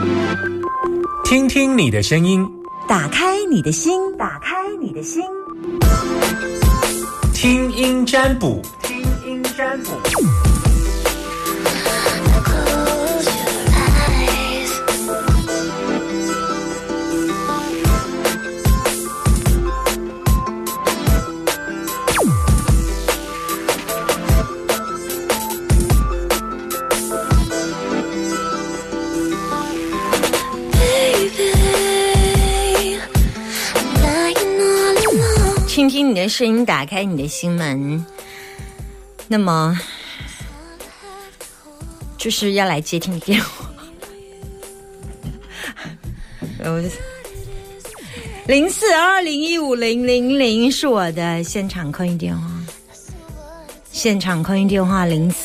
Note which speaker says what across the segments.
Speaker 1: 听听你的声音，
Speaker 2: 打开你的心，打开你的心，
Speaker 1: 听音占卜，听音占卜。
Speaker 2: 听听你的声音，打开你的心门。那么就是要来接听电话0422015000是我的现场空运电话，现场空运电话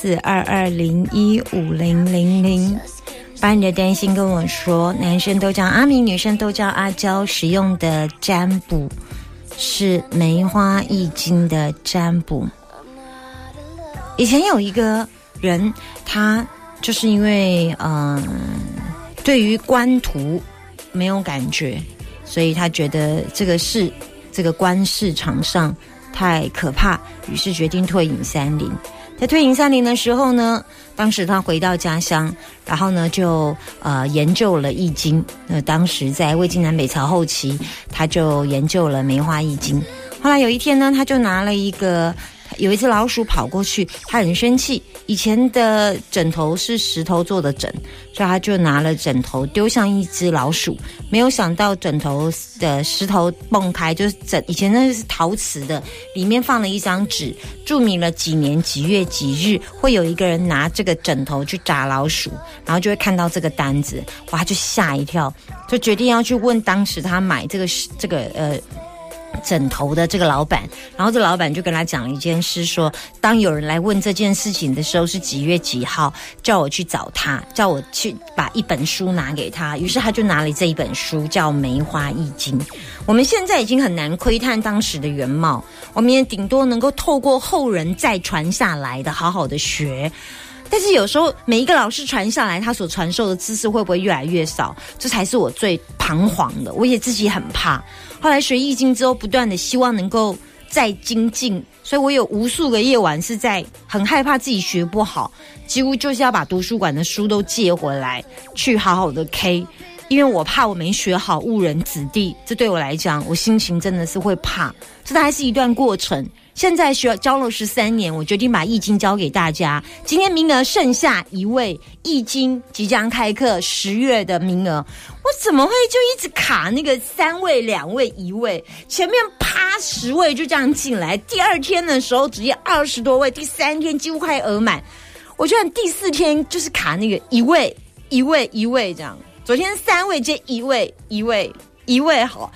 Speaker 2: 0422015000，把你的担心跟我说。男生都叫阿明，女生都叫阿娇。使用的占卜是梅花易经的占卜。以前有一个人，他就是因为对于官途没有感觉，所以他觉得这个官市场上太可怕，于是决定退隐山林。在退隐山林的时候呢，当时他回到家乡，然后呢就研究了易经。当时在魏晋南北朝后期，他就研究了梅花易经。后来有一天呢，他就拿了有一只老鼠跑过去，他很生气。以前的枕头是石头做的枕，所以他就拿了枕头丢向一只老鼠。没有想到枕头的石头蹦开，就是以前那是陶瓷的，里面放了一张纸，注明了几年几月几日会有一个人拿这个枕头去炸老鼠，然后就会看到这个单子。哇，他就吓一跳，就决定要去问当时他买这个枕头的这个老板。然后这老板就跟他讲了一件事，说当有人来问这件事情的时候是几月几号，叫我去找他，叫我去把一本书拿给他。于是他就拿了这一本书，叫《梅花易经》。我们现在已经很难窥探当时的原貌，我们也顶多能够透过后人再传下来的好好的学。但是有时候每一个老师传下来，他所传授的知识会不会越来越少，这才是我最彷徨的。我也自己很怕。后来学易经之后，不断的希望能够再精进，所以我有无数个夜晚是在很害怕自己学不好，几乎就是要把图书馆的书都借回来去好好的 K， 因为我怕我没学好误人子弟。这对我来讲，我心情真的是会怕。这还是一段过程。现在教了13年，我决定把易经教给大家。今天名额剩下一位，易经即将开课10月的名额，我怎么会就一直卡那个3位、2位、1位？前面啪10位就这样进来，第2天的时候直接20多位，第3天几乎快额满。我觉得第4天就是卡那个1位、1位、1位这样。昨天3位接1位、1位。1位好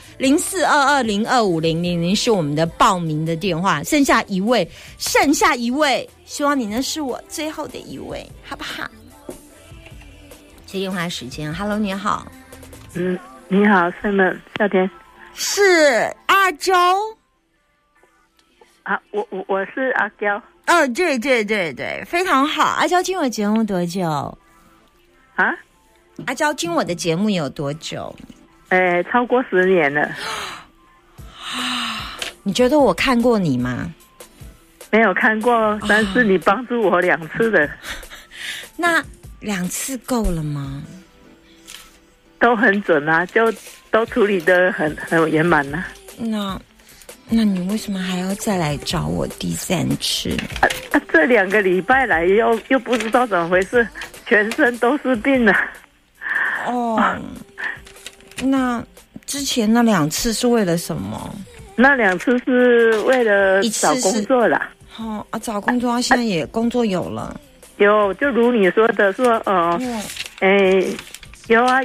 Speaker 2: ，0422025000是我们的报名的电话，剩下一位，希望你呢是我最后的1位，好不好？接电话时间 ，Hello， 你好，
Speaker 3: 你好 ，Simon， 夏天，
Speaker 2: 是阿娇
Speaker 3: 啊，我是阿娇，
Speaker 2: 对，非常好，阿娇听我节目多久？
Speaker 3: 啊？
Speaker 2: 阿娇听我的节目有多久？
Speaker 3: 超过10年了。
Speaker 2: 你觉得我看过你吗？
Speaker 3: 没有看过，但是你帮助我2次的。
Speaker 2: 那2次够了吗？
Speaker 3: 都很准啊，就都处理得很圆满啊。
Speaker 2: 那你为什么还要再来找我第3次？
Speaker 3: 这2个礼拜来又不知道怎么回事，全身都是病了。
Speaker 2: 那之前那2次是为了什么？
Speaker 3: 那2次是为了找工作啦。
Speaker 2: 找工作，现在也工作有了。
Speaker 3: 有，就如你说的，说有啊，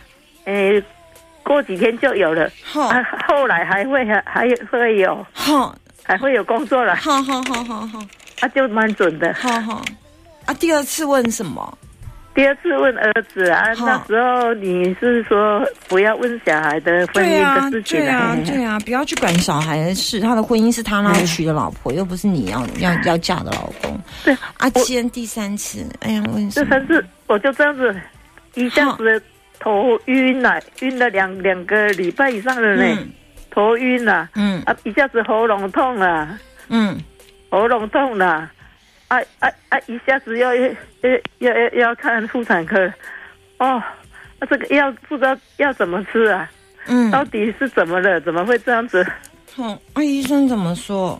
Speaker 3: 过几天就有了。后来还会有，还会有工作了。
Speaker 2: 好，
Speaker 3: 就蛮准的。
Speaker 2: 第2次问什么？
Speaker 3: 第2次问儿子啊，那时候你是说不要问小孩的婚姻的事情
Speaker 2: 对啊，不要去管小孩的事，他的婚姻是他那娶的老婆，又不是你要嫁的老公。
Speaker 3: 对
Speaker 2: 今天第3次，问什么？
Speaker 3: 这3次我就这样子一下子头晕了，晕了两个礼拜以上了呢，头晕了，一下子喉咙痛了，喉咙痛了，一下子要看妇产科，这个药不知道要怎么吃啊，到底是怎么了？怎么会这样子？
Speaker 2: 医生怎么说？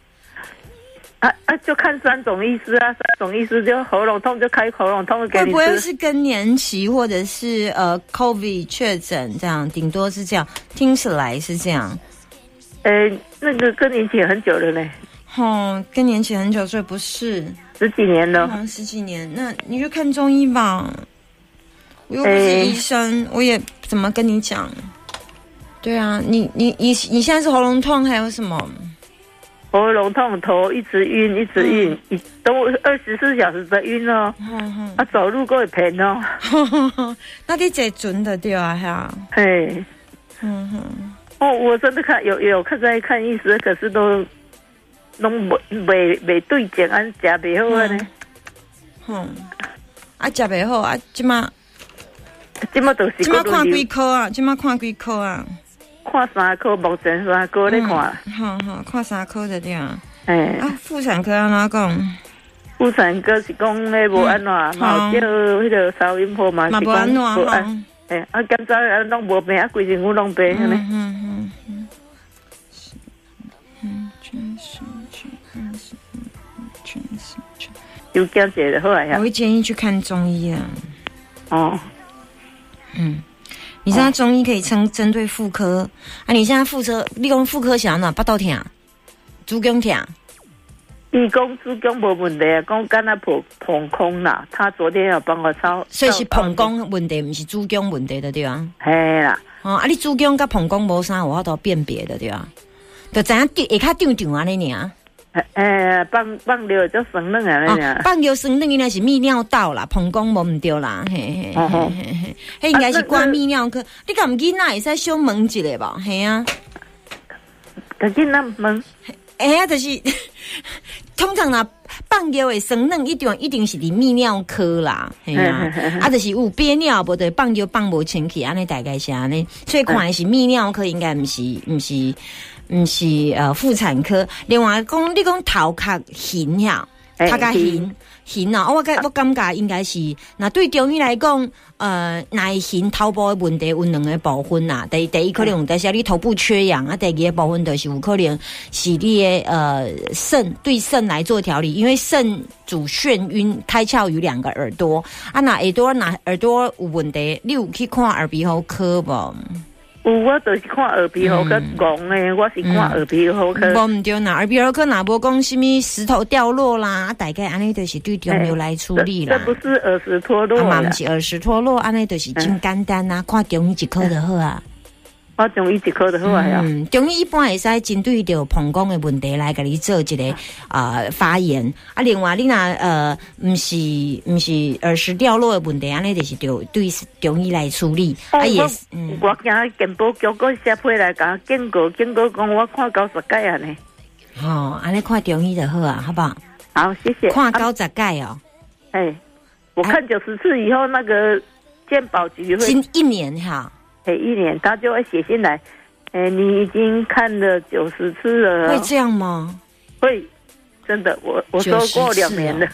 Speaker 3: 就看3种医师啊，3种医师就喉咙痛就开喉咙痛给你吃。
Speaker 2: 会不会是更年期或者是COVID 确诊这样？顶多是这样，听起来是这样。
Speaker 3: 那个更年期很久了呢。
Speaker 2: 更年期很久，所以不是
Speaker 3: 10几年了。
Speaker 2: 10几年，那你就看中医吧。我又不是医生，我也怎么跟你讲？对啊，你现在是喉咙痛，还有什么？
Speaker 3: 喉咙痛，头一直晕，都24小时在晕哦。走路都会偏哦。
Speaker 2: 那你坐准的对啊哈。
Speaker 3: 嘿，我真的有在看医生，可是都没对症，吃不好呢。
Speaker 2: 吃不好今嘛
Speaker 3: 都是
Speaker 2: 今嘛看几科啊？
Speaker 3: 看3科，目前3科在看。
Speaker 2: 看3科的对啊。妇产科安怎讲？
Speaker 3: 妇产科是讲咧无安怎，嘛有叫迄个超音波嘛是讲无安。检查拢无病，规身躯拢病呢。有检查就好呀。
Speaker 2: 我会建议去看中医啊。你现在中医可以针对妇科你现在你讲妇科啥呢？巴肚痛、子宫痛。
Speaker 3: 你讲子宫没问题啊，讲干那膀胱啦，他昨天要帮我抄。
Speaker 2: 所以是膀胱问题，不是子宫问题的对啊。
Speaker 3: 嘿啦。
Speaker 2: 你子宫跟膀胱无啥有法度辨别的对啊。就知影下较长安尼尔。
Speaker 3: 放尿就生冷啊！
Speaker 2: 放尿生冷应该是泌尿道啦，膀胱无唔对啦，嘿。迄应该是挂泌尿科。你敢囡仔会使小问一下吧？嘿啊，
Speaker 3: 囡仔问，
Speaker 2: 就是通常啦，放尿的生冷一定是伫泌尿科啦，嘿啊，就是有憋尿无的放尿放无清气，安尼大概是安尼，所以看的是泌尿科，应该唔是妇产科。另外讲，你讲头壳晕呀，头壳晕啊，我感觉应该是，那对中医来讲，那晕头部的问题有2个部分啦。第一可能就是你头部缺氧第二个部分就是有可能是你的肾对肾来做调理，因为肾主眩晕，开窍于2个耳朵那耳朵有问题，你有去看耳鼻喉科无？
Speaker 3: 我就是看耳鼻喉科讲的，我是看耳鼻喉科。
Speaker 2: 无唔对啦，耳鼻喉科哪无讲什么石头掉落啦，大概安尼就是对中药来处理啦。
Speaker 3: 这不是耳石脱落啦，
Speaker 2: 不是耳石脱落，安尼就是真简单看中医一科就好啊。
Speaker 3: 我中医一科就好啊。
Speaker 2: 中医一般会使针对着膀胱的问题来给你做一个发言另外你若不是耳石掉落的问题，安尼就是对中医来处理也是。
Speaker 3: 我今日健保局个写批来甲警告讲我看90届啊呢。
Speaker 2: 安尼看中医就好啊，好不好？
Speaker 3: 好，谢谢。
Speaker 2: 看90届哦。
Speaker 3: 我看90次以后，那个健保局会
Speaker 2: 1年哈。
Speaker 3: 1年他就会写信来，你已经看了90次了。
Speaker 2: 会这样吗？
Speaker 3: 会，真的，我说过2年了。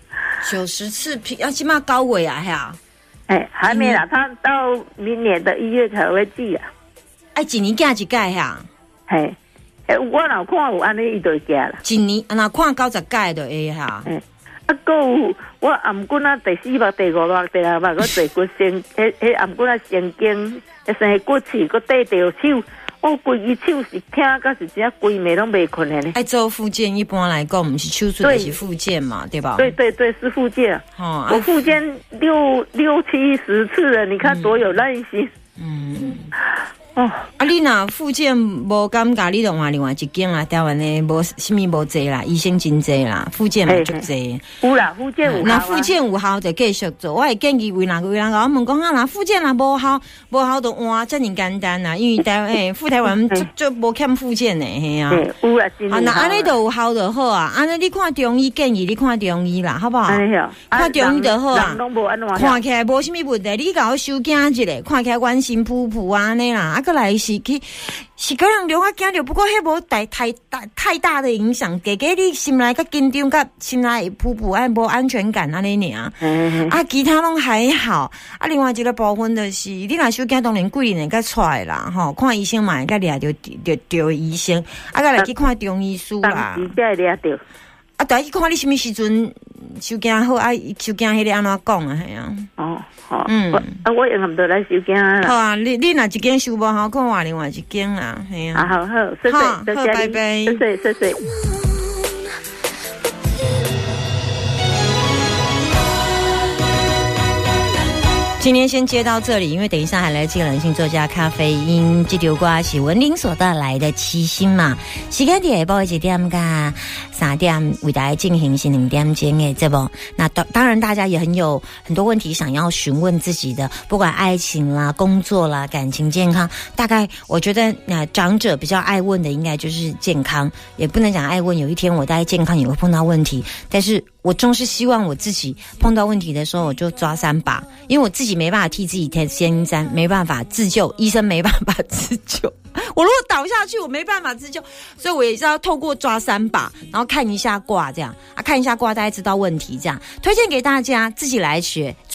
Speaker 2: 90次，起码高位啊哈。
Speaker 3: 还没啦，他到明年的1月才会寄啊。
Speaker 2: 一年寄一届哈。
Speaker 3: 我老看有安尼伊就寄啦。
Speaker 2: 一年那看90届就会哈。
Speaker 3: 有我颔棍第4目、第5目、第6目，我坐骨神，颔棍神经，生骨刺，我戴着手，规只手是疼，到是只规暝拢袂困的呢。
Speaker 2: 爱做复健，一般来讲，不是手术就是复健嘛，对吧？
Speaker 3: 对，是复健。我复健6、7、10次了，你看多有耐心。 哦，
Speaker 2: 你若复健无感觉，你就换另外一间啦。台湾的无什么无济啦，医生真济啦，复健嘛足济。
Speaker 3: 有啦，复健有效。
Speaker 2: 那复健有效就继续做。我会建议为人甲我问讲啊，那复健啦无效就换，遮尔简单啦。因为台湾就无欠复健的嘿啊。
Speaker 3: 有啦，真有效。
Speaker 2: 那安尼就有效就好啊。安尼你看中医，建议你看中医啦，好不好？看中医就好啊。看起来无什么问题，你甲我收惊一下，看起来原形扑扑安尼啦。过来是可能留我惊着，不过迄无太大的影响，加你心内较紧张，甲心内扑扑无安全感安尼尔。其他拢还好。另外一个部分就是你若手惊当然贵人会较出啦，吼，看医生嘛会较掠着医生，再来去看中医师啦。
Speaker 3: 才掠着。
Speaker 2: 再去看你什么时阵手惊好，手惊迄个安怎讲啊？系啊。
Speaker 3: 哦，好。我用唔到来手惊啦。好
Speaker 2: 啊，你若一间收无好，看换另外一间啦，系啊。
Speaker 3: 好，谢谢，好，拜拜，谢谢。
Speaker 2: 今天先接到这里，因为等一下还来这个人性作家咖啡因这条歌是文林所带来的七星嘛。时间点报1点甲3点为大家进行是2点钟的节目。那当然大家也有很多问题想要询问自己的，不管爱情啦、工作啦、感情、健康。大概我觉得长者比较爱问的应该就是健康，也不能讲爱问。有一天我大概健康也会碰到问题，但是我总是希望我自己碰到问题的时候我就抓3把，因为我自己没办法替自己先3，没办法自救，医生没办法自救。我如果倒下去，我没办法自救，所以我也是要透过抓3把，然后看一下卦这样看一下卦，大家知道问题这样。推荐给大家自己来学。